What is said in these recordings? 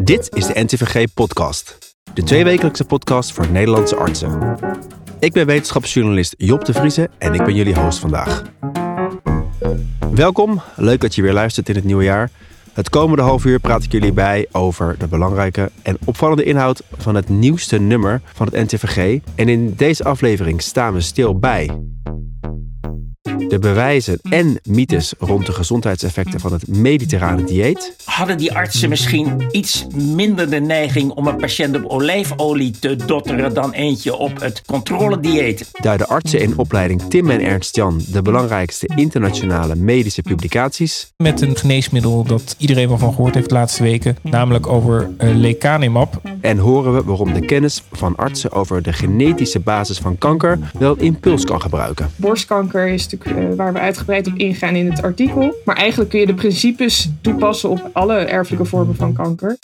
Dit is de NTVG-podcast. De tweewekelijkse podcast voor Nederlandse artsen. Ik ben wetenschapsjournalist Job de Vrieze en ik ben jullie host vandaag. Welkom, leuk dat je weer luistert in het nieuwe jaar. Het komende half uur praat ik jullie bij over de belangrijke en opvallende inhoud van het nieuwste nummer van het NTVG. En in deze aflevering staan we stil bij de bewijzen en mythes rond de gezondheidseffecten van het mediterrane dieet. Hadden die artsen misschien iets minder de neiging om een patiënt op olijfolie te dotteren dan eentje op het controledieet? Duiden artsen in opleiding Tim en Ernst-Jan de belangrijkste internationale medische publicaties. Met een geneesmiddel dat iedereen wel van gehoord heeft de laatste weken, namelijk over lecanemab. En horen we waarom de kennis van artsen over de genetische basis van kanker wel impuls kan gebruiken. Borstkanker is natuurlijk waar we uitgebreid op ingaan in het artikel. Maar eigenlijk kun je de principes toepassen op alle erfelijke vormen van kanker.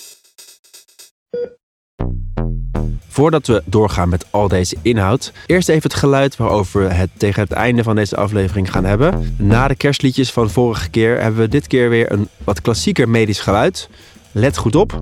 Voordat we doorgaan met al deze inhoud, eerst even het geluid waarover we het tegen het einde van deze aflevering gaan hebben. Na de kerstliedjes van vorige keer hebben we dit keer weer een wat klassieker medisch geluid. Let goed op.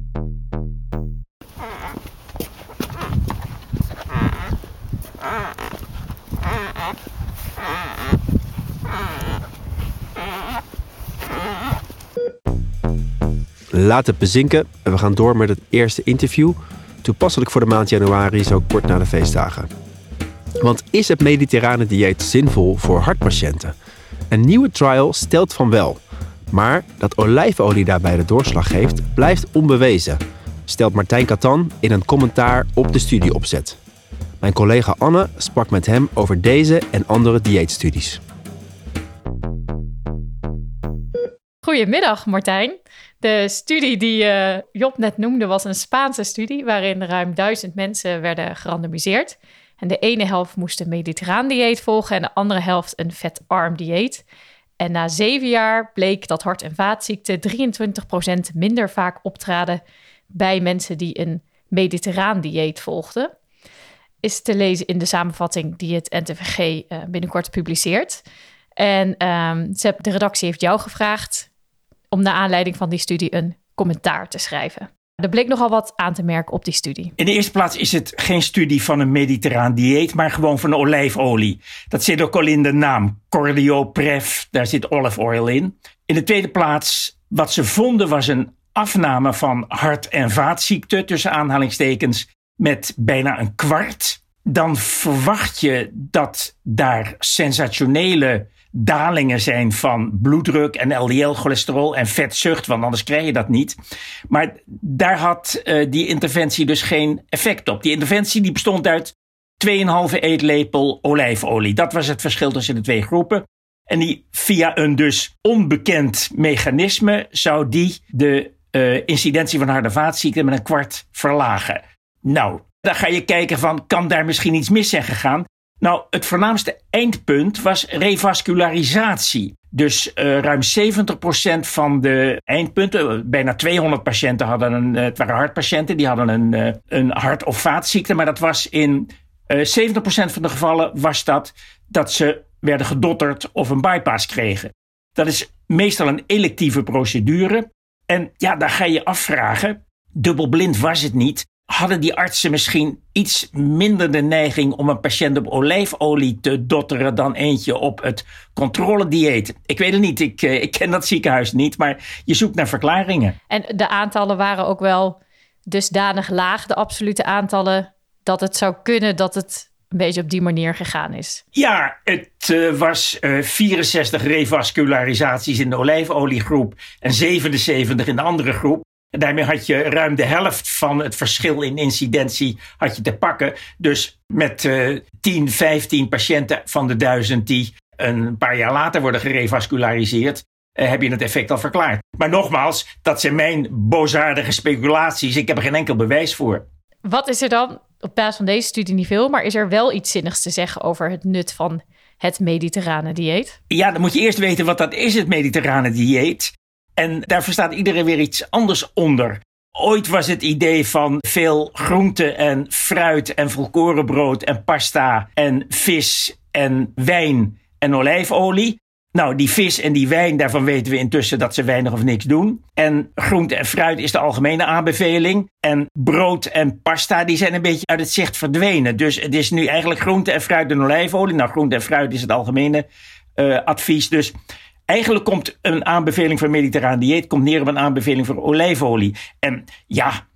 Laat het bezinken en we gaan door met het eerste interview. Toepasselijk voor de maand januari, zo kort na de feestdagen. Want is het mediterrane dieet zinvol voor hartpatiënten? Een nieuwe trial stelt van wel. Maar dat olijfolie daarbij de doorslag geeft, blijft onbewezen. Stelt Martijn Katan in een commentaar op de studieopzet. Mijn collega Anne sprak met hem over deze en andere dieetstudies. Goedemiddag Martijn. De studie die Job net noemde was een Spaanse studie waarin ruim 1000 mensen werden gerandomiseerd. En de ene helft moest een mediterraan dieet volgen en de andere helft een vetarm dieet. En na 7 jaar bleek dat hart- en vaatziekten 23% minder vaak optraden bij mensen die een mediterraan dieet volgden. Is te lezen in de samenvatting die het NTVG binnenkort publiceert. En de redactie heeft jou gevraagd om naar aanleiding van die studie een commentaar te schrijven. Er bleek nogal wat aan te merken op die studie. In de eerste plaats is het geen studie van een mediterraan dieet, maar gewoon van olijfolie. Dat zit ook al in de naam. Cordioprev, daar zit olive oil in. In de tweede plaats, wat ze vonden was een afname van hart- en vaatziekten, tussen aanhalingstekens, met bijna een kwart. Dan verwacht je dat daar sensationele dalingen zijn van bloeddruk en LDL-cholesterol en vetzucht, want anders krijg je dat niet. Maar daar had die interventie dus geen effect op. Die interventie die bestond uit 2,5 eetlepel olijfolie. Dat was het verschil tussen de twee groepen. En die via een dus onbekend mechanisme zou die de incidentie van hart- en vaatziekten met een kwart verlagen. Nou, dan ga je kijken van, kan daar misschien iets mis zijn gegaan? Nou, het voornaamste eindpunt was revascularisatie. Dus ruim 70% van de eindpunten, bijna 200 patiënten hadden het waren hartpatiënten, die hadden een hart- of vaatziekte. Maar dat was in 70% van de gevallen was dat ze werden gedotterd of een bypass kregen. Dat is meestal een electieve procedure. En ja, daar ga je afvragen, dubbelblind was het niet. Hadden die artsen misschien iets minder de neiging om een patiënt op olijfolie te dotteren dan eentje op het controledieet? Ik weet het niet, ik ken dat ziekenhuis niet, maar je zoekt naar verklaringen. En de aantallen waren ook wel dusdanig laag, de absolute aantallen, dat het zou kunnen dat het een beetje op die manier gegaan is. Ja, het was 64 revascularisaties in de olijfoliegroep en 77 in de andere groep. En daarmee had je ruim de helft van het verschil in incidentie had je te pakken. Dus met 10, 15 patiënten van de 1000 die een paar jaar later worden gerevasculariseerd, heb je het effect al verklaard. Maar nogmaals, dat zijn mijn boosaardige speculaties. Ik heb er geen enkel bewijs voor. Wat is er dan, op basis van deze studie niet veel, maar is er wel iets zinnigs te zeggen over het nut van het mediterrane dieet? Ja, dan moet je eerst weten wat dat is, het mediterrane dieet. En daar verstaat iedereen weer iets anders onder. Ooit was het idee van veel groente en fruit en volkorenbrood en pasta en vis en wijn en olijfolie. Nou, die vis en die wijn, daarvan weten we intussen dat ze weinig of niks doen. En groente en fruit is de algemene aanbeveling. En brood en pasta, die zijn een beetje uit het zicht verdwenen. Dus het is nu eigenlijk groente en fruit en olijfolie. Nou, groente en fruit is het algemene advies. Dus eigenlijk komt een aanbeveling voor mediterraan dieet komt neer op een aanbeveling voor olijfolie. En ja,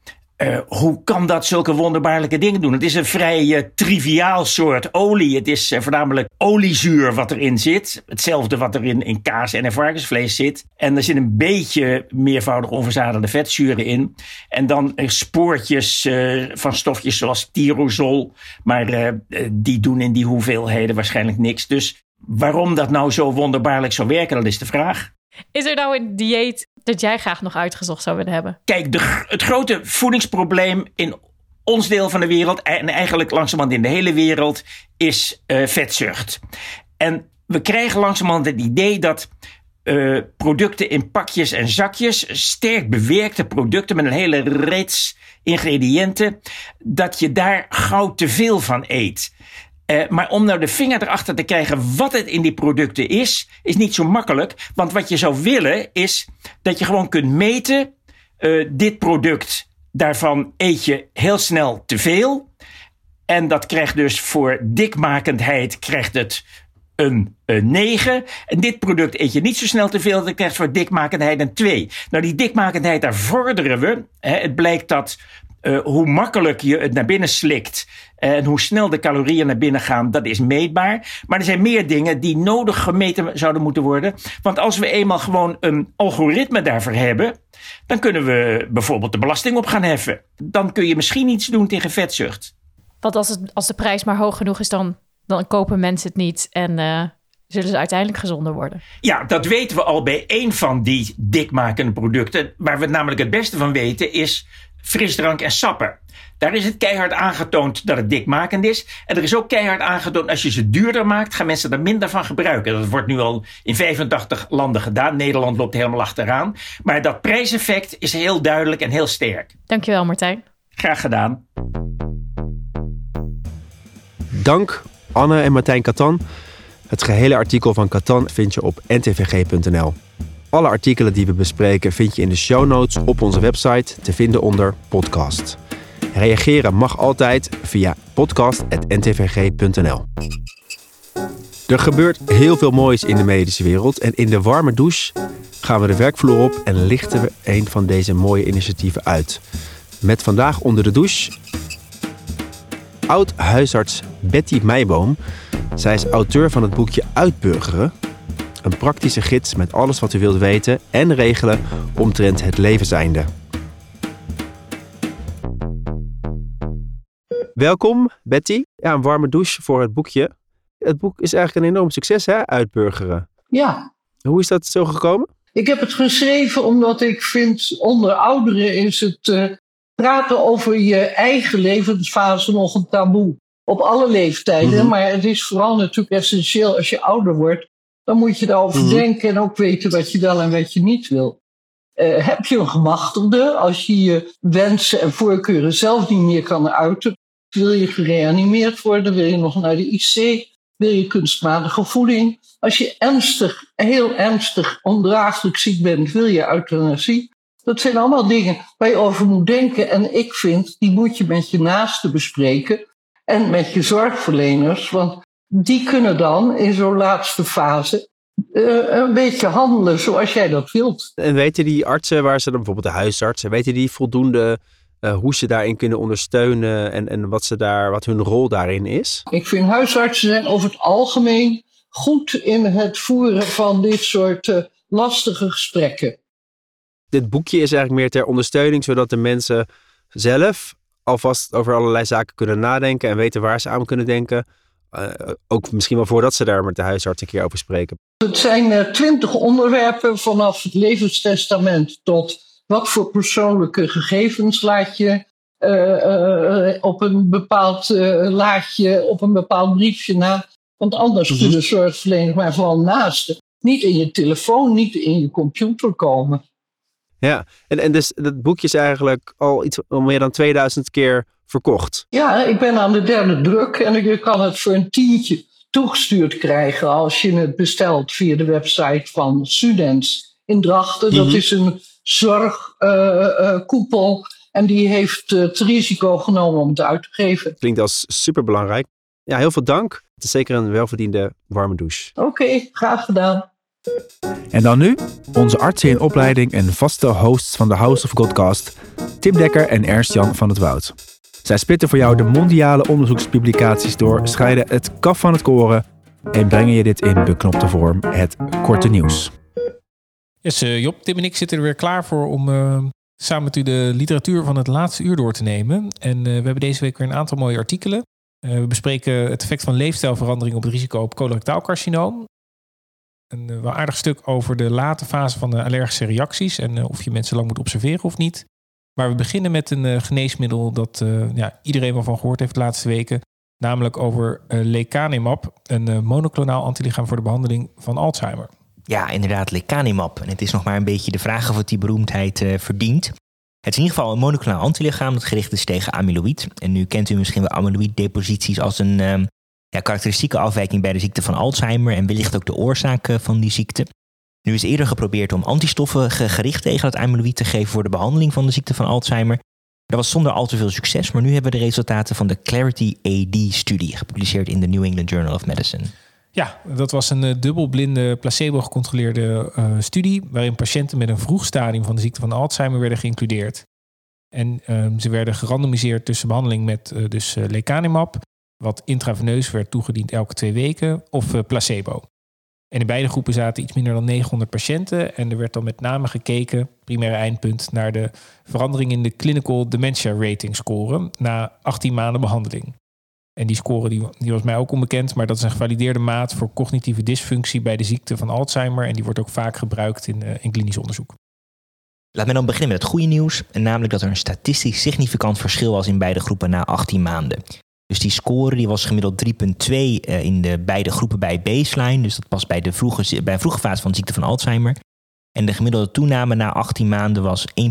hoe kan dat zulke wonderbaarlijke dingen doen? Het is een vrij triviaal soort olie. Het is voornamelijk oliezuur wat erin zit. Hetzelfde wat er in kaas en in varkensvlees zit. En er zit een beetje meervoudig onverzadigde vetzuren in. En dan spoortjes van stofjes zoals tyrosol. Maar die doen in die hoeveelheden waarschijnlijk niks. Dus waarom dat nou zo wonderbaarlijk zou werken, dat is de vraag. Is er nou een dieet dat jij graag nog uitgezocht zou willen hebben? Kijk, het grote voedingsprobleem in ons deel van de wereld, en eigenlijk langzamerhand in de hele wereld, is vetzucht. En we krijgen langzamerhand het idee dat producten in pakjes en zakjes, sterk bewerkte producten met een hele rits ingrediënten, dat je daar gauw te veel van eet. Maar om nou de vinger erachter te krijgen wat het in die producten is niet zo makkelijk. Want wat je zou willen is dat je gewoon kunt meten, dit product, daarvan eet je heel snel te veel. En dat krijgt dus voor dikmakendheid krijgt het een 9. En dit product eet je niet zo snel te veel, dat krijgt voor dikmakendheid een 2. Nou, die dikmakendheid, daar vorderen we. Het blijkt dat hoe makkelijk je het naar binnen slikt en hoe snel de calorieën naar binnen gaan, dat is meetbaar. Maar er zijn meer dingen die nodig gemeten zouden moeten worden. Want als we eenmaal gewoon een algoritme daarvoor hebben, dan kunnen we bijvoorbeeld de belasting op gaan heffen. Dan kun je misschien iets doen tegen vetzucht. Want als de prijs maar hoog genoeg is, dan kopen mensen het niet en zullen ze uiteindelijk gezonder worden. Ja, dat weten we al bij één van die dikmakende producten. Waar we namelijk het beste van weten is frisdrank en sappen. Daar is het keihard aangetoond dat het dikmakend is. En er is ook keihard aangetoond, als je ze duurder maakt, gaan mensen er minder van gebruiken. Dat wordt nu al in 85 landen gedaan. Nederland loopt helemaal achteraan. Maar dat prijseffect is heel duidelijk en heel sterk. Dankjewel, Martijn. Graag gedaan. Dank Anne en Martijn Catan. Het gehele artikel van Catan vind je op ntvg.nl. Alle artikelen die we bespreken vind je in de show notes op onze website te vinden onder podcast. Reageren mag altijd via podcast@ntvg.nl. Er gebeurt heel veel moois in de medische wereld en in de warme douche gaan we de werkvloer op en lichten we een van deze mooie initiatieven uit. Met vandaag onder de douche oud-huisarts Betty Meijboom. Zij is auteur van het boekje Uitburgeren. Een praktische gids met alles wat u wilt weten en regelen omtrent het levenseinde. Welkom, Betty. Ja, een warme douche voor het boekje. Het boek is eigenlijk een enorm succes, hè? Uitburgeren. Ja. Hoe is dat zo gekomen? Ik heb het geschreven omdat ik vind, onder ouderen is het praten over je eigen levensfase nog een taboe. Op alle leeftijden, Mm-hmm. maar het is vooral natuurlijk essentieel als je ouder wordt. Dan moet je daarover denken en ook weten wat je wel en wat je niet wil. Heb je een gemachtigde, als je je wensen en voorkeuren zelf niet meer kan uiten, wil je gereanimeerd worden, wil je nog naar de IC, wil je kunstmatige voeding. Als je ernstig, heel ernstig, ondraaglijk ziek bent, wil je euthanasie. Dat zijn allemaal dingen waar je over moet denken. En ik vind, die moet je met je naasten bespreken en met je zorgverleners. Want die kunnen dan in zo'n laatste fase een beetje handelen zoals jij dat wilt. En weten die artsen, waar ze dan bijvoorbeeld de huisartsen, weten die voldoende hoe ze daarin kunnen ondersteunen en wat hun rol daarin is? Ik vind huisartsen zijn over het algemeen goed in het voeren van dit soort lastige gesprekken. Dit boekje is eigenlijk meer ter ondersteuning, zodat de mensen zelf alvast over allerlei zaken kunnen nadenken en weten waar ze aan kunnen denken. Ook misschien wel voordat ze daar met de huisarts een keer over spreken. Het zijn 20 onderwerpen, vanaf het levenstestament tot wat voor persoonlijke gegevens laat je op een bepaald laadje, op een bepaald briefje na. Want anders kunnen zorgverleners, maar vooral naasten, niet in je telefoon, niet in je computer komen. Ja, en dus dat boekje is eigenlijk al meer dan 2000 keer verkocht. Ja, ik ben aan de 3e druk en je kan het voor een tientje toegestuurd krijgen als je het bestelt via de website van Students in Drachten. Dat is een zorgkoepel en die heeft het risico genomen om het uit te geven. Klinkt als superbelangrijk. Ja, heel veel dank. Het is zeker een welverdiende warme douche. Oké, graag gedaan. En dan nu onze artsen in opleiding en vaste hosts van de House of Godcast, Tim Dekker en Ernst-Jan van het Woud. Zij spitten voor jou de mondiale onderzoekspublicaties door, scheiden het kaf van het koren en brengen je dit in beknopte vorm, het korte nieuws. Yes, Job, Tim en ik zitten er weer klaar voor om samen met u de literatuur van het laatste uur door te nemen. En we hebben deze week weer een aantal mooie artikelen. We bespreken het effect van leefstijlverandering op het risico op colorectaal carcinoom. Een wel aardig stuk over de late fase van de allergische reacties en of je mensen lang moet observeren of niet. Maar we beginnen met een geneesmiddel dat iedereen wel van gehoord heeft de laatste weken. Namelijk over lecanemab, een monoclonaal antilichaam voor de behandeling van Alzheimer. Ja, inderdaad, lecanemab. En het is nog maar een beetje de vraag of het die beroemdheid verdient. Het is in ieder geval een monoclonaal antilichaam dat gericht is tegen amyloïd. En nu kent u misschien wel amyloïddeposities als een karakteristieke afwijking bij de ziekte van Alzheimer en wellicht ook de oorzaak van die ziekte. Nu is eerder geprobeerd om antistoffen gericht tegen het amyloïd te geven voor de behandeling van de ziekte van Alzheimer. Dat was zonder al te veel succes, maar nu hebben we de resultaten van de Clarity-AD-studie gepubliceerd in de New England Journal of Medicine. Ja, dat was een dubbelblinde placebo-gecontroleerde studie waarin patiënten met een vroeg stadium van de ziekte van Alzheimer werden geïncludeerd. En ze werden gerandomiseerd tussen behandeling met lecanemab, wat intraveneus werd toegediend elke 2 weken, of placebo. En in beide groepen zaten iets minder dan 900 patiënten. En er werd dan met name gekeken, primaire eindpunt, naar de verandering in de Clinical Dementia Rating score na 18 maanden behandeling. En die score die was mij ook onbekend, maar dat is een gevalideerde maat voor cognitieve dysfunctie bij de ziekte van Alzheimer. En die wordt ook vaak gebruikt in klinisch onderzoek. Laat me dan beginnen met het goede nieuws. En namelijk dat er een statistisch significant verschil was in beide groepen na 18 maanden. Dus die score die was gemiddeld 3,2 in de beide groepen bij baseline. Dus dat was bij een vroege fase van de ziekte van Alzheimer. En de gemiddelde toename na 18 maanden was 1,21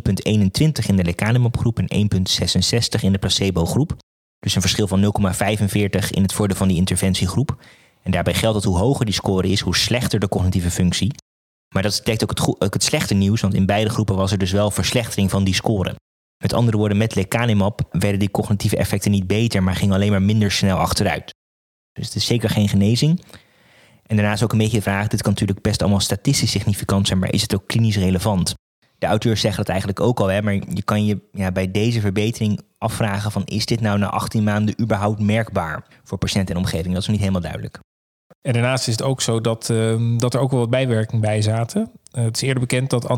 in de lecanemab-groep en 1,66 in de placebo-groep. Dus een verschil van 0,45 in het voordeel van die interventiegroep. En daarbij geldt dat hoe hoger die score is, hoe slechter de cognitieve functie. Maar dat dekt ook het slechte nieuws, want in beide groepen was er dus wel verslechtering van die score. Met andere woorden, met lecanemab werden die cognitieve effecten niet beter, maar gingen alleen maar minder snel achteruit. Dus het is zeker geen genezing. En daarnaast ook een beetje de vraag, dit kan natuurlijk best allemaal statistisch significant zijn, maar is het ook klinisch relevant? De auteurs zeggen dat eigenlijk ook al, maar je kan je bij deze verbetering afvragen van, is dit nou na 18 maanden überhaupt merkbaar voor patiënt en omgeving? Dat is nog niet helemaal duidelijk. En daarnaast is het ook zo dat er ook wel wat bijwerkingen bij zaten. Het is eerder bekend dat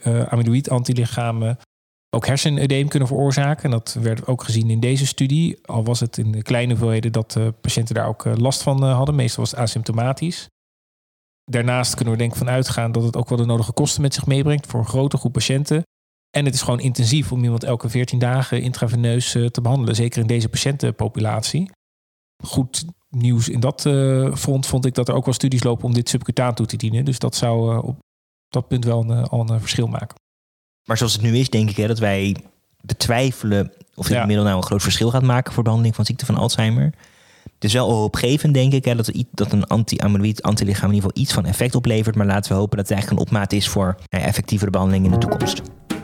amyloïd-antilichamen ook hersenedeem kunnen veroorzaken. En dat werd ook gezien in deze studie. Al was het in de kleine hoeveelheden dat patiënten daar ook last van hadden. Meestal was het asymptomatisch. Daarnaast kunnen we denk ik van uitgaan dat het ook wel de nodige kosten met zich meebrengt voor een grote groep patiënten. En het is gewoon intensief om iemand elke 14 dagen intraveneus te behandelen. Zeker in deze patiëntenpopulatie. Goed nieuws in dat front vond ik dat er ook wel studies lopen om dit subcutaan toe te dienen. Dus dat zou op dat punt wel al een verschil maken. Maar zoals het nu is, denk ik dat wij betwijfelen of dit middel nou een groot verschil gaat maken voor de behandeling van ziekte van Alzheimer. Het is wel hoopgevend, denk ik, dat een anti-amyloïd antilichaam in ieder geval iets van effect oplevert. Maar laten we hopen dat het eigenlijk een opmaat is voor effectievere behandeling in de toekomst.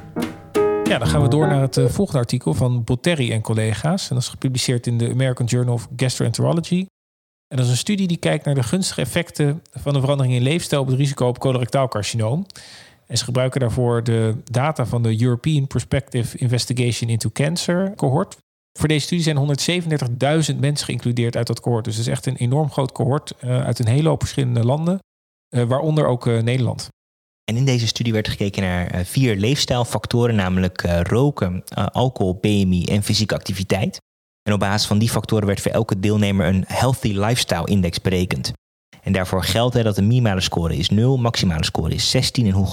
Ja, dan gaan we door naar het volgende artikel van Botteri en collega's. En dat is gepubliceerd in de American Journal of Gastroenterology. En dat is een studie die kijkt naar de gunstige effecten van de verandering in leefstijl op het risico op colorectaal carcinoom. En ze gebruiken daarvoor de data van de European Prospective Investigation into Cancer cohort. Voor deze studie zijn 137.000 mensen geïncludeerd uit dat cohort. Dus het is echt een enorm groot cohort uit een hele hoop verschillende landen, waaronder ook Nederland. En in deze studie werd gekeken naar 4 leefstijlfactoren, namelijk roken, alcohol, BMI en fysieke activiteit. En op basis van die factoren werd voor elke deelnemer een Healthy Lifestyle Index berekend. En daarvoor geldt dat de minimale score is 0, maximale score is 16 en hoe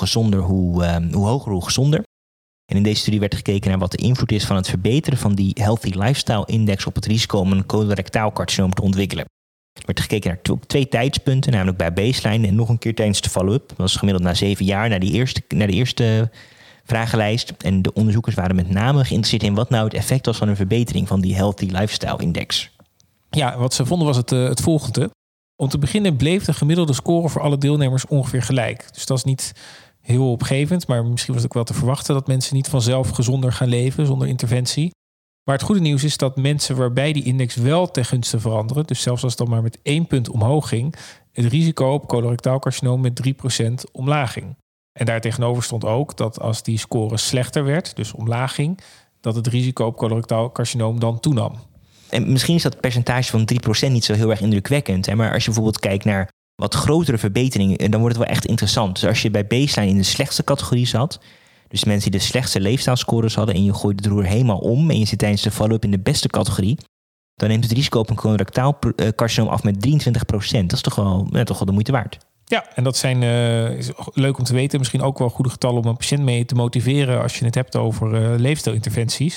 hoger, hoe gezonder. En in deze studie werd gekeken naar wat de invloed is van het verbeteren van die Healthy Lifestyle Index op het risico om een colorectaal carcinoom te ontwikkelen. Er werd gekeken naar 2 tijdspunten, namelijk bij baseline en nog een keer tijdens de follow-up. Dat was gemiddeld na 7 jaar, naar de eerste vragenlijst. En de onderzoekers waren met name geïnteresseerd in wat nou het effect was van een verbetering van die Healthy Lifestyle Index. Ja, wat ze vonden was het volgende. Om te beginnen bleef de gemiddelde score voor alle deelnemers ongeveer gelijk. Dus dat is niet heel opgevend, maar misschien was het ook wel te verwachten dat mensen niet vanzelf gezonder gaan leven zonder interventie. Maar het goede nieuws is dat mensen waarbij die index wel ten gunste veranderen, dus zelfs als het dan maar met 1 punt omhoog ging, het risico op colorectaal carcinoom met 3% omlaag ging. En daartegenover stond ook dat als die score slechter werd, dus omlaag ging, dat het risico op colorectaal carcinoom dan toenam. En misschien is dat percentage van 3% niet zo heel erg indrukwekkend. Hè? Maar als je bijvoorbeeld kijkt naar wat grotere verbeteringen, dan wordt het wel echt interessant. Dus als je bij baseline in de slechtste categorie zat, dus mensen die de slechtste leefstijlscores hadden en je gooit het roer helemaal om en je zit tijdens de follow-up in de beste categorie, dan neemt het risico op een colorectaal carcinoom af met 23%. Dat is toch wel de moeite waard. Ja, en dat zijn is leuk om te weten. Misschien ook wel goede getallen om een patiënt mee te motiveren als je het hebt over leefstijlinterventies.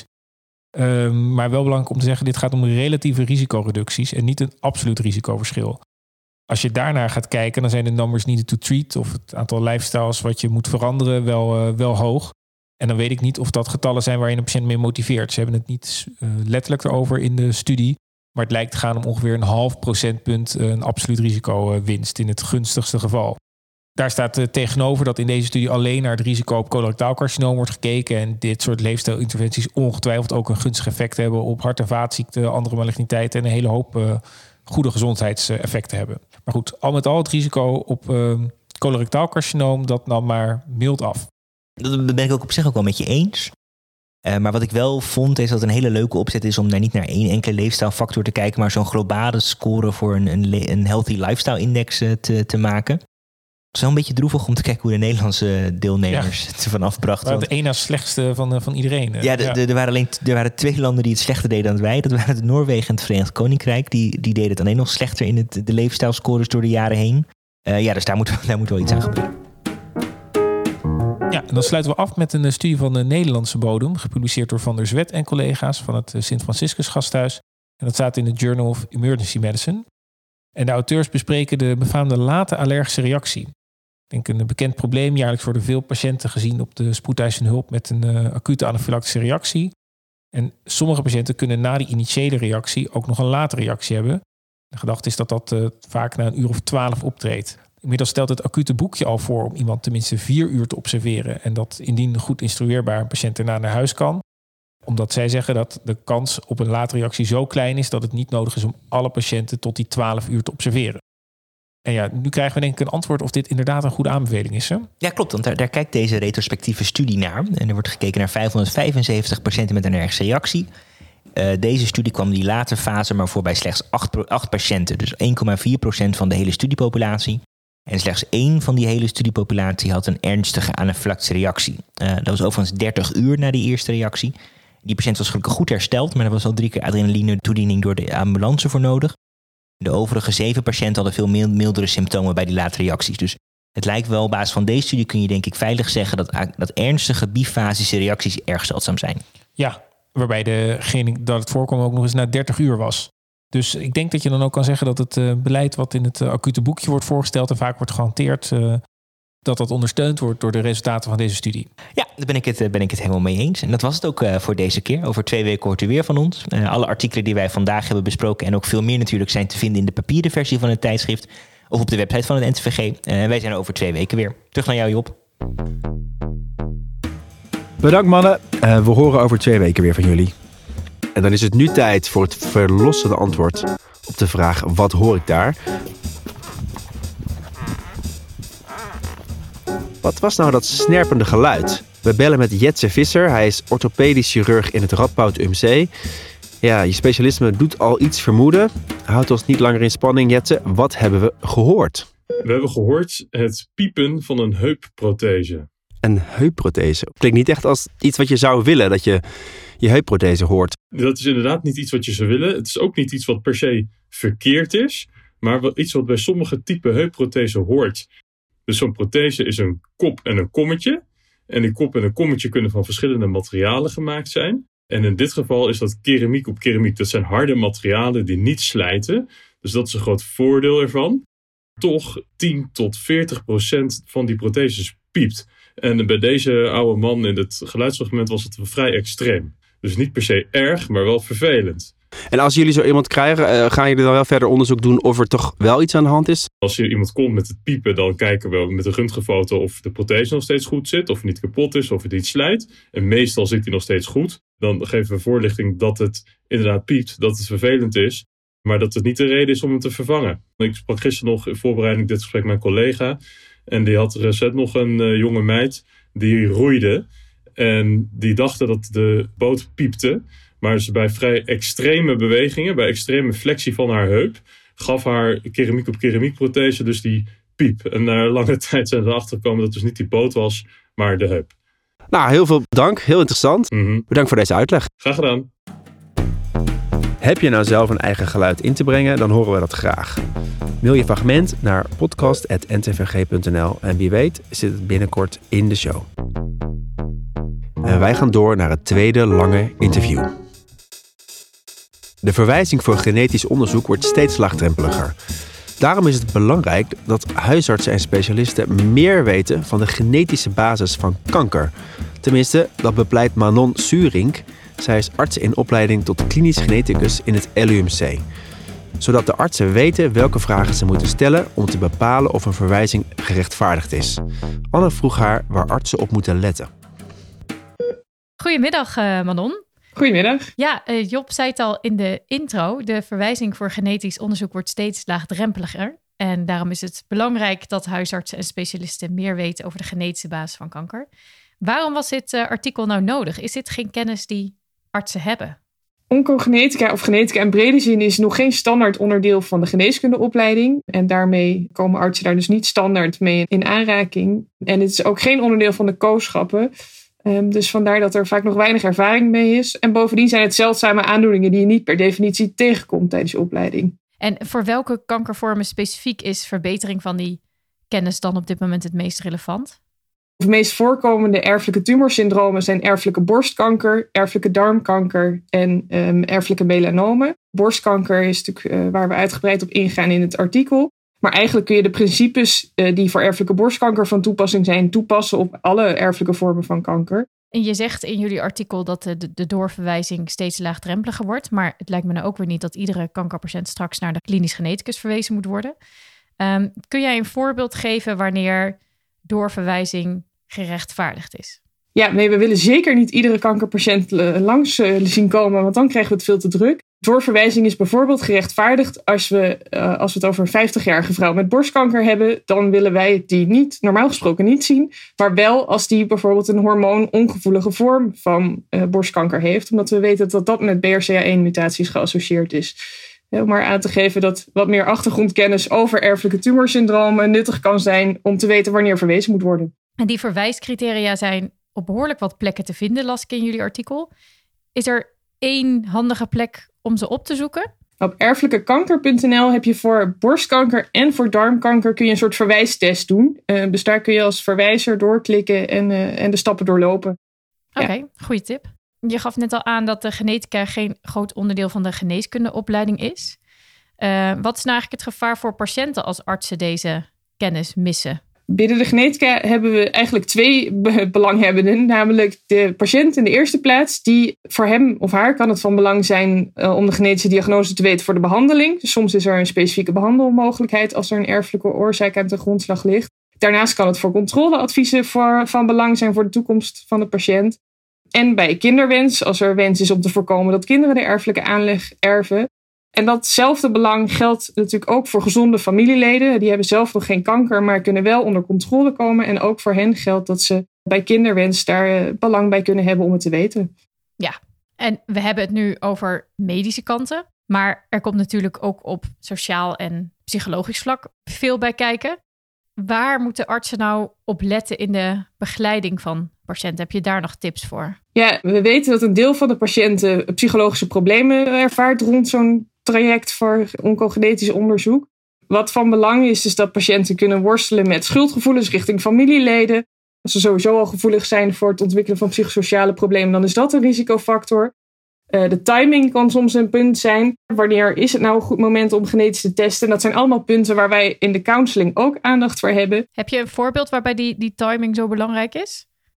Maar wel belangrijk om te zeggen, dit gaat om relatieve risicoreducties en niet een absoluut risicoverschil. Als je daarnaar gaat kijken, dan zijn de numbers needed to treat of het aantal lifestyles wat je moet veranderen wel hoog. En dan weet ik niet of dat getallen zijn waar je een patiënt mee motiveert. Ze hebben het niet letterlijk erover in de studie, maar het lijkt te gaan om ongeveer een half procentpunt een absoluut risicowinst in het gunstigste geval. Daar staat tegenover dat in deze studie alleen naar het risico op colorectaal carcinoom wordt gekeken. En dit soort leefstijlinterventies ongetwijfeld ook een gunstig effect hebben op hart- en vaatziekten, andere maligniteiten en een hele hoop goede gezondheidseffecten hebben. Maar goed, al met al het risico op colorectaal carcinoom, dat nam maar mild af. Dat ben ik ook op zich ook wel met je eens. Maar wat ik wel vond is dat het een hele leuke opzet is om daar niet naar één enkele leefstijlfactor te kijken, maar zo'n globale score voor een healthy lifestyle index te maken. Het is wel een beetje droevig om te kijken hoe de Nederlandse deelnemers het ervan afbrachten. Het één na slechtste van iedereen. Er waren 2 landen die het slechter deden dan wij. Dat waren Noorwegen en het Verenigd Koninkrijk. Die deden het alleen nog slechter in de leefstijlscores door de jaren heen. Dus daar moet wel iets aan gebeuren. Ja, en dan sluiten we af met een studie van de Nederlandse bodem, gepubliceerd door Van der Zwet en collega's van het Sint Franciscus Gasthuis. En dat staat in de Journal of Emergency Medicine. En de auteurs bespreken de befaamde late allergische reactie. Ik denk een bekend probleem. Jaarlijks worden veel patiënten gezien op de spoedeisende hulp met een acute anafylactische reactie. En sommige patiënten kunnen na die initiële reactie ook nog een late reactie hebben. De gedachte is dat dat vaak na een uur of 12 optreedt. Inmiddels stelt het acute boekje al voor om iemand tenminste 4 uur te observeren. En dat indien goed instrueerbaar een patiënt daarna naar huis kan. Omdat zij zeggen dat de kans op een late reactie zo klein is dat het niet nodig is om alle patiënten tot die 12 uur te observeren. En ja, nu krijgen we denk ik een antwoord of dit inderdaad een goede aanbeveling is. Hè? Ja, klopt. Want daar kijkt deze retrospectieve studie naar. En er wordt gekeken naar 575 patiënten met een allergische reactie. Deze studie kwam die late fase maar voor bij slechts 8 patiënten. Dus 1,4% van de hele studiepopulatie. En slechts 1 van die hele studiepopulatie had een ernstige anafylactische reactie. Dat was overigens 30 uur na die eerste reactie. Die patiënt was gelukkig goed hersteld, maar er was al 3 keer adrenaline toediening door de ambulance voor nodig. De overige 7 patiënten hadden veel mildere symptomen bij die late reacties. Dus het lijkt wel, op basis van deze studie kun je denk ik veilig zeggen dat ernstige bifasische reacties erg zeldzaam zijn. Ja, waarbij degene dat het voorkomen ook nog eens na 30 uur was. Dus ik denk dat je dan ook kan zeggen dat het beleid wat in het acute boekje wordt voorgesteld en vaak wordt gehanteerd, dat ondersteund wordt door de resultaten van deze studie. Ja, daar ben ik het helemaal mee eens. En dat was het ook voor deze keer. Over 2 weken hoort u weer van ons. Alle artikelen die wij vandaag hebben besproken en ook veel meer natuurlijk zijn te vinden in de papieren versie van het tijdschrift of op de website van het NTVG. Wij zijn er over 2 weken weer. Terug naar jou, Job. Bedankt mannen. We horen over 2 weken weer van jullie. En dan is het nu tijd voor het verlossende antwoord op de vraag: wat hoor ik daar? Wat was nou dat snerpende geluid? We bellen met Jetse Visser. Hij is orthopedisch chirurg in het Radboud UMC. Ja, je specialisme doet al iets vermoeden. Houdt ons niet langer in spanning, Jetse. Wat hebben we gehoord? We hebben gehoord het piepen van een heupprothese. Een heupprothese? Klinkt niet echt als iets wat je zou willen, dat je heupprothese hoort. Dat is inderdaad niet iets wat je zou willen. Het is ook niet iets wat per se verkeerd is, maar iets wat bij sommige typen heupprothese hoort. Dus zo'n prothese is een kop en een kommetje. En die kop en een kommetje kunnen van verschillende materialen gemaakt zijn. En in dit geval is dat keramiek op keramiek. Dat zijn harde materialen die niet slijten. Dus dat is een groot voordeel ervan. Toch 10 tot 40% van die protheses piept. En bij deze oude man in het geluidsfragment was het vrij extreem. Dus niet per se erg, maar wel vervelend. En als jullie zo iemand krijgen, gaan jullie dan wel verder onderzoek doen of er toch wel iets aan de hand is? Als hier iemand komt met het piepen, dan kijken we met een röntgenfoto of de prothese nog steeds goed zit, of hij niet kapot is, of het niet slijt. En meestal zit hij nog steeds goed. Dan geven we voorlichting dat het inderdaad piept, dat het vervelend is, maar dat het niet de reden is om hem te vervangen. Ik sprak gisteren nog in voorbereiding dit gesprek met mijn collega. En die had recent nog een jonge meid die roeide. En die dachten dat de boot piepte. Maar ze bij vrij extreme bewegingen, bij extreme flexie van haar heup, gaf haar keramiek op keramiek prothese dus die piep. En na lange tijd zijn ze erachter gekomen dat het dus niet die boot was, maar de heup. Nou, heel veel dank. Heel interessant. Bedankt voor deze uitleg. Graag gedaan. Heb je nou zelf een eigen geluid in te brengen, dan horen we dat graag. Mail je fragment naar podcast@ntvg.nl en wie weet zit het binnenkort in de show. En wij gaan door naar het tweede lange interview. De verwijzing voor genetisch onderzoek wordt steeds laagdrempeliger. Daarom is het belangrijk dat huisartsen en specialisten meer weten van de genetische basis van kanker. Tenminste, dat bepleit Manon Suurink. Zij is arts in opleiding tot klinisch geneticus in het LUMC. Zodat de artsen weten welke vragen ze moeten stellen om te bepalen of een verwijzing gerechtvaardigd is. Anne vroeg haar waar artsen op moeten letten. Goedemiddag Manon. Goedemiddag. Ja, Job zei het al in de intro. De verwijzing voor genetisch onderzoek wordt steeds laagdrempeliger. En daarom is het belangrijk dat huisartsen en specialisten meer weten over de genetische basis van kanker. Waarom was dit artikel nou nodig? Is dit geen kennis die artsen hebben? Oncogenetica of genetica in brede zin is nog geen standaard onderdeel van de geneeskundeopleiding. En daarmee komen artsen daar dus niet standaard mee in aanraking. En het is ook geen onderdeel van de kooschappen. Dus vandaar dat er vaak nog weinig ervaring mee is. En bovendien zijn het zeldzame aandoeningen die je niet per definitie tegenkomt tijdens je opleiding. En voor welke kankervormen specifiek is verbetering van die kennis dan op dit moment het meest relevant? De meest voorkomende erfelijke tumorsyndromen zijn erfelijke borstkanker, erfelijke darmkanker en erfelijke melanomen. Borstkanker is natuurlijk waar we uitgebreid op ingaan in het artikel. Maar eigenlijk kun je de principes die voor erfelijke borstkanker van toepassing zijn, toepassen op alle erfelijke vormen van kanker. En je zegt in jullie artikel dat de doorverwijzing steeds laagdrempeliger wordt. Maar het lijkt me nou ook weer niet dat iedere kankerpatiënt straks naar de klinisch geneticus verwezen moet worden. Kun jij een voorbeeld geven wanneer doorverwijzing gerechtvaardigd is? Ja, nee, we willen zeker niet iedere kankerpatiënt langs zien komen, want dan krijgen we het veel te druk. Doorverwijzing is bijvoorbeeld gerechtvaardigd als we het over een 50-jarige vrouw met borstkanker hebben. Dan willen wij die niet, normaal gesproken niet zien. Maar wel als die bijvoorbeeld een hormoon-ongevoelige vorm van borstkanker heeft. Omdat we weten dat dat met BRCA1-mutaties geassocieerd is. Om maar aan te geven dat wat meer achtergrondkennis over erfelijke tumorsyndromen nuttig kan zijn om te weten wanneer verwezen moet worden. En die verwijscriteria zijn op behoorlijk wat plekken te vinden, las ik in jullie artikel. Is er één handige plek om ze op te zoeken? Op erfelijkekanker.nl heb je voor borstkanker en voor darmkanker kun je een soort verwijstest doen. Dus daar kun je als verwijzer doorklikken en de stappen doorlopen. Oké, goede tip. Je gaf net al aan dat de genetica geen groot onderdeel van de geneeskundeopleiding is. Wat is nou eigenlijk het gevaar voor patiënten als artsen deze kennis missen? Binnen de genetica hebben we eigenlijk twee belanghebbenden. Namelijk de patiënt in de eerste plaats. Die voor hem of haar kan het van belang zijn om de genetische diagnose te weten voor de behandeling. Dus soms is er een specifieke behandelmogelijkheid als er een erfelijke oorzaak aan de grondslag ligt. Daarnaast kan het voor controleadviezen van belang zijn voor de toekomst van de patiënt. En bij kinderwens, als er wens is om te voorkomen dat kinderen de erfelijke aanleg erven. En datzelfde belang geldt natuurlijk ook voor gezonde familieleden. Die hebben zelf nog geen kanker, maar kunnen wel onder controle komen. En ook voor hen geldt dat ze bij kinderwens daar belang bij kunnen hebben om het te weten. Ja, en we hebben het nu over medische kanten. Maar er komt natuurlijk ook op sociaal en psychologisch vlak veel bij kijken. Waar moeten artsen nou op letten in de begeleiding van patiënten? Heb je daar nog tips voor? Ja, we weten dat een deel van de patiënten psychologische problemen ervaart rond zo'n traject voor oncogenetisch onderzoek. Wat van belang is dat patiënten kunnen worstelen met schuldgevoelens richting familieleden. Als ze sowieso al gevoelig zijn voor het ontwikkelen van psychosociale problemen, dan is dat een risicofactor. De timing kan soms een punt zijn. Wanneer is het nou een goed moment om genetisch te testen? En dat zijn allemaal punten waar wij in de counseling ook aandacht voor hebben. Heb je een voorbeeld waarbij die timing zo belangrijk is?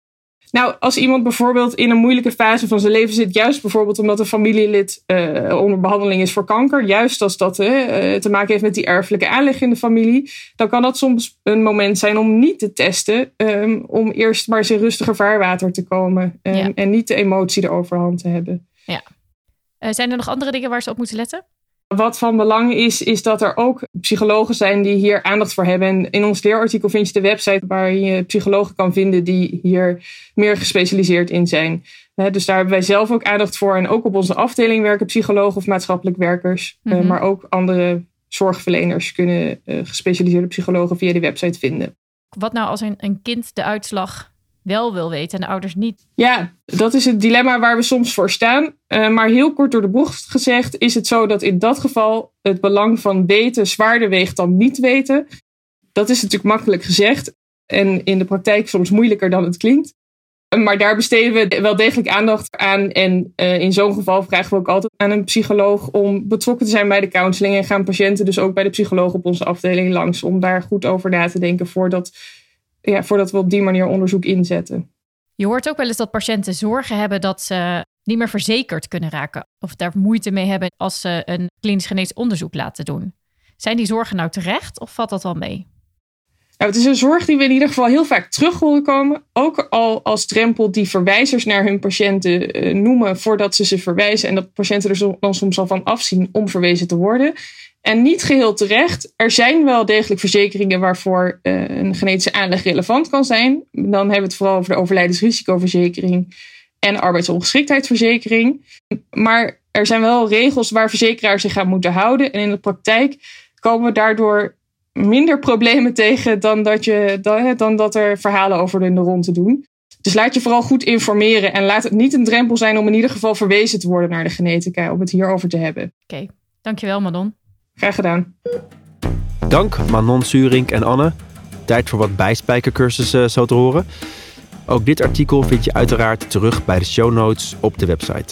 Nou, als iemand bijvoorbeeld in een moeilijke fase van zijn leven zit, juist bijvoorbeeld omdat een familielid onder behandeling is voor kanker, juist als dat te maken heeft met die erfelijke aanleg in de familie, dan kan dat soms een moment zijn om niet te testen, om eerst maar eens in rustiger vaarwater te komen en niet de emotie de overhand te hebben. Ja. Zijn er nog andere dingen waar ze op moeten letten? Wat van belang is dat er ook psychologen zijn die hier aandacht voor hebben. En in ons leerartikel vind je de website waar je psychologen kan vinden die hier meer gespecialiseerd in zijn. Dus daar hebben wij zelf ook aandacht voor. En ook op onze afdeling werken psychologen of maatschappelijk werkers. Mm-hmm. Maar ook andere zorgverleners kunnen gespecialiseerde psychologen via die website vinden. Wat nou als een kind de uitslag wel wil weten en de ouders niet? Ja, dat is het dilemma waar we soms voor staan. Maar heel kort door de bocht gezegd is het zo dat in dat geval het belang van weten zwaarder weegt dan niet weten. Dat is natuurlijk makkelijk gezegd en in de praktijk soms moeilijker dan het klinkt. Maar daar besteden we wel degelijk aandacht aan. En in zo'n geval vragen we ook altijd aan een psycholoog om betrokken te zijn bij de counseling. En gaan patiënten dus ook bij de psycholoog op onze afdeling langs om daar goed over na te denken voordat we op die manier onderzoek inzetten. Je hoort ook wel eens dat patiënten zorgen hebben dat ze niet meer verzekerd kunnen raken. Of daar moeite mee hebben als ze een klinisch genetisch onderzoek laten doen. Zijn die zorgen nou terecht of valt dat wel mee? Nou, het is een zorg die we in ieder geval heel vaak terug horen komen. Ook al als drempel die verwijzers naar hun patiënten noemen voordat ze verwijzen. En dat patiënten er dan soms al van afzien om verwezen te worden. En niet geheel terecht. Er zijn wel degelijk verzekeringen waarvoor een genetische aanleg relevant kan zijn. Dan hebben we het vooral over de overlijdensrisicoverzekering en arbeidsongeschiktheidsverzekering. Maar er zijn wel regels waar verzekeraars zich aan moeten houden. En in de praktijk komen we daardoor minder problemen tegen dan dat er verhalen over in de rond te doen. Dus laat je vooral goed informeren en laat het niet een drempel zijn om in ieder geval verwezen te worden naar de genetica, om het hierover te hebben. Oké, dankjewel Manon. Graag gedaan. Dank Manon Suring en Anne. Tijd voor wat bijspijkercursussen zo te horen. Ook dit artikel vind je uiteraard terug bij de show notes op de website.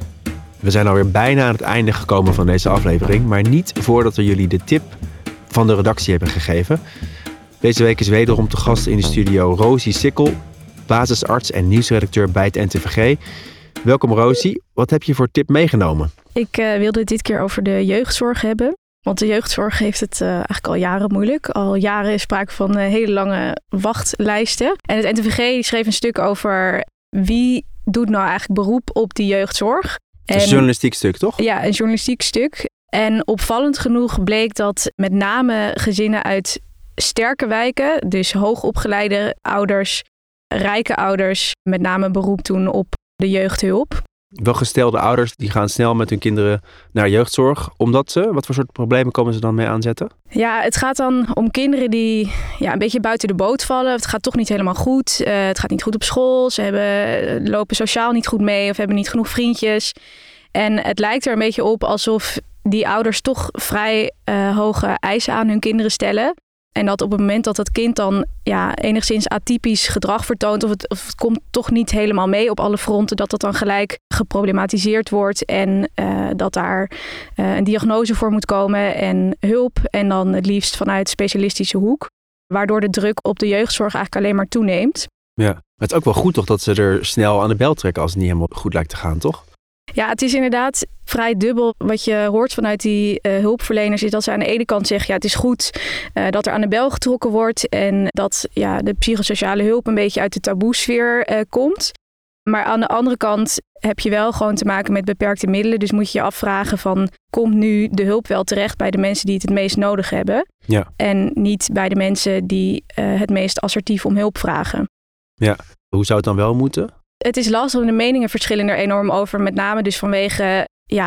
We zijn alweer bijna aan het einde gekomen van deze aflevering, maar niet voordat we jullie de tip van de redactie hebben gegeven. Deze week is wederom te gast in de studio Rosie Sikkel, basisarts en nieuwsredacteur bij het NTVG. Welkom Rosie, wat heb je voor tip meegenomen? Ik wilde het dit keer over de jeugdzorg hebben. Want de jeugdzorg heeft het eigenlijk al jaren moeilijk. Al jaren is sprake van hele lange wachtlijsten. En het NTVG schreef een stuk over wie doet nou eigenlijk beroep op die jeugdzorg. Een journalistiek stuk, toch? Ja, een journalistiek stuk. En opvallend genoeg bleek dat met name gezinnen uit sterke wijken, dus hoogopgeleide ouders, rijke ouders, met name beroep doen op de jeugdhulp. Welgestelde ouders die gaan snel met hun kinderen naar jeugdzorg. Omdat wat voor soort problemen komen ze dan mee aanzetten? Ja, het gaat dan om kinderen die een beetje buiten de boot vallen. Het gaat toch niet helemaal goed. Het gaat niet goed op school. Ze lopen sociaal niet goed mee of hebben niet genoeg vriendjes. En het lijkt er een beetje op alsof die ouders toch vrij hoge eisen aan hun kinderen stellen. En dat op het moment dat dat kind dan enigszins atypisch gedrag vertoont, of het komt toch niet helemaal mee op alle fronten, dat dan gelijk geproblematiseerd wordt en dat daar een diagnose voor moet komen en hulp en dan het liefst vanuit specialistische hoek. Waardoor de druk op de jeugdzorg eigenlijk alleen maar toeneemt. Ja, het is ook wel goed toch dat ze er snel aan de bel trekken als het niet helemaal goed lijkt te gaan, toch? Ja, het is inderdaad vrij dubbel. Wat je hoort vanuit die hulpverleners is dat ze aan de ene kant zeggen, het is goed dat er aan de bel getrokken wordt en dat de psychosociale hulp een beetje uit de taboesfeer komt. Maar aan de andere kant heb je wel gewoon te maken met beperkte middelen. Dus moet je je afvragen van, komt nu de hulp wel terecht bij de mensen die het meest nodig hebben? Ja. En niet bij de mensen die het meest assertief om hulp vragen. Ja, hoe zou het dan wel moeten? Het is lastig en de meningen verschillen er enorm over. Met name dus vanwege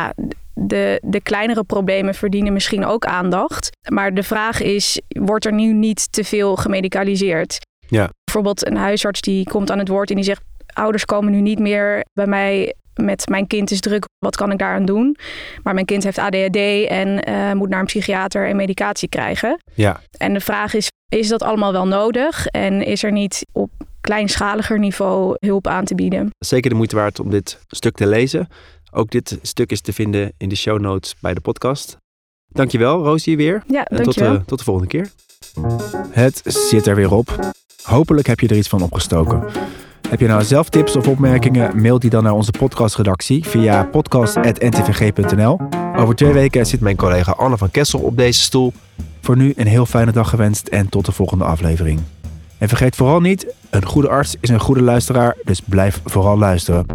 de kleinere problemen verdienen misschien ook aandacht. Maar de vraag is, wordt er nu niet te veel gemedicaliseerd? Ja. Bijvoorbeeld een huisarts die komt aan het woord en die zegt, ouders komen nu niet meer bij mij met mijn kind is druk, wat kan ik daaraan doen? Maar mijn kind heeft ADHD en moet naar een psychiater en medicatie krijgen. Ja. En de vraag is dat allemaal wel nodig? En is er niet op kleinschaliger niveau hulp aan te bieden? Zeker de moeite waard om dit stuk te lezen. Ook dit stuk is te vinden in de show notes bij de podcast. Dankjewel, Rosie, weer. Ja, dankjewel. Tot de volgende keer. Het zit er weer op. Hopelijk heb je er iets van opgestoken. Heb je nou zelf tips of opmerkingen? Mail die dan naar onze podcastredactie via podcast@ntvg.nl. Over 2 weken zit mijn collega Anne van Kessel op deze stoel. Voor nu een heel fijne dag gewenst en tot de volgende aflevering. En vergeet vooral niet, een goede arts is een goede luisteraar, dus blijf vooral luisteren.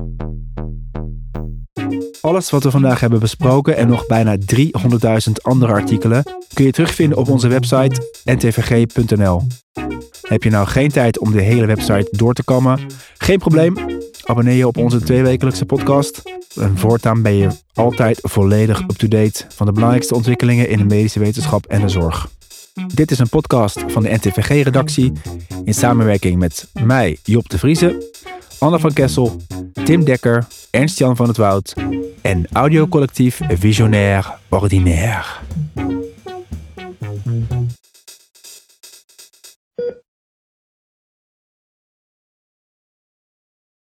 Alles wat we vandaag hebben besproken en nog bijna 300.000 andere artikelen kun je terugvinden op onze website ntvg.nl. Heb je nou geen tijd om de hele website door te kammen? Geen probleem. Abonneer je op onze 2-wekelijkse podcast. En voortaan ben je altijd volledig up-to-date van de belangrijkste ontwikkelingen in de medische wetenschap en de zorg. Dit is een podcast van de NTVG-redactie in samenwerking met mij, Job de Vrieze, Anne van Kessel, Tim Dekker, Ernst-Jan van het Woud en audiocollectief Visionair Ordinaire.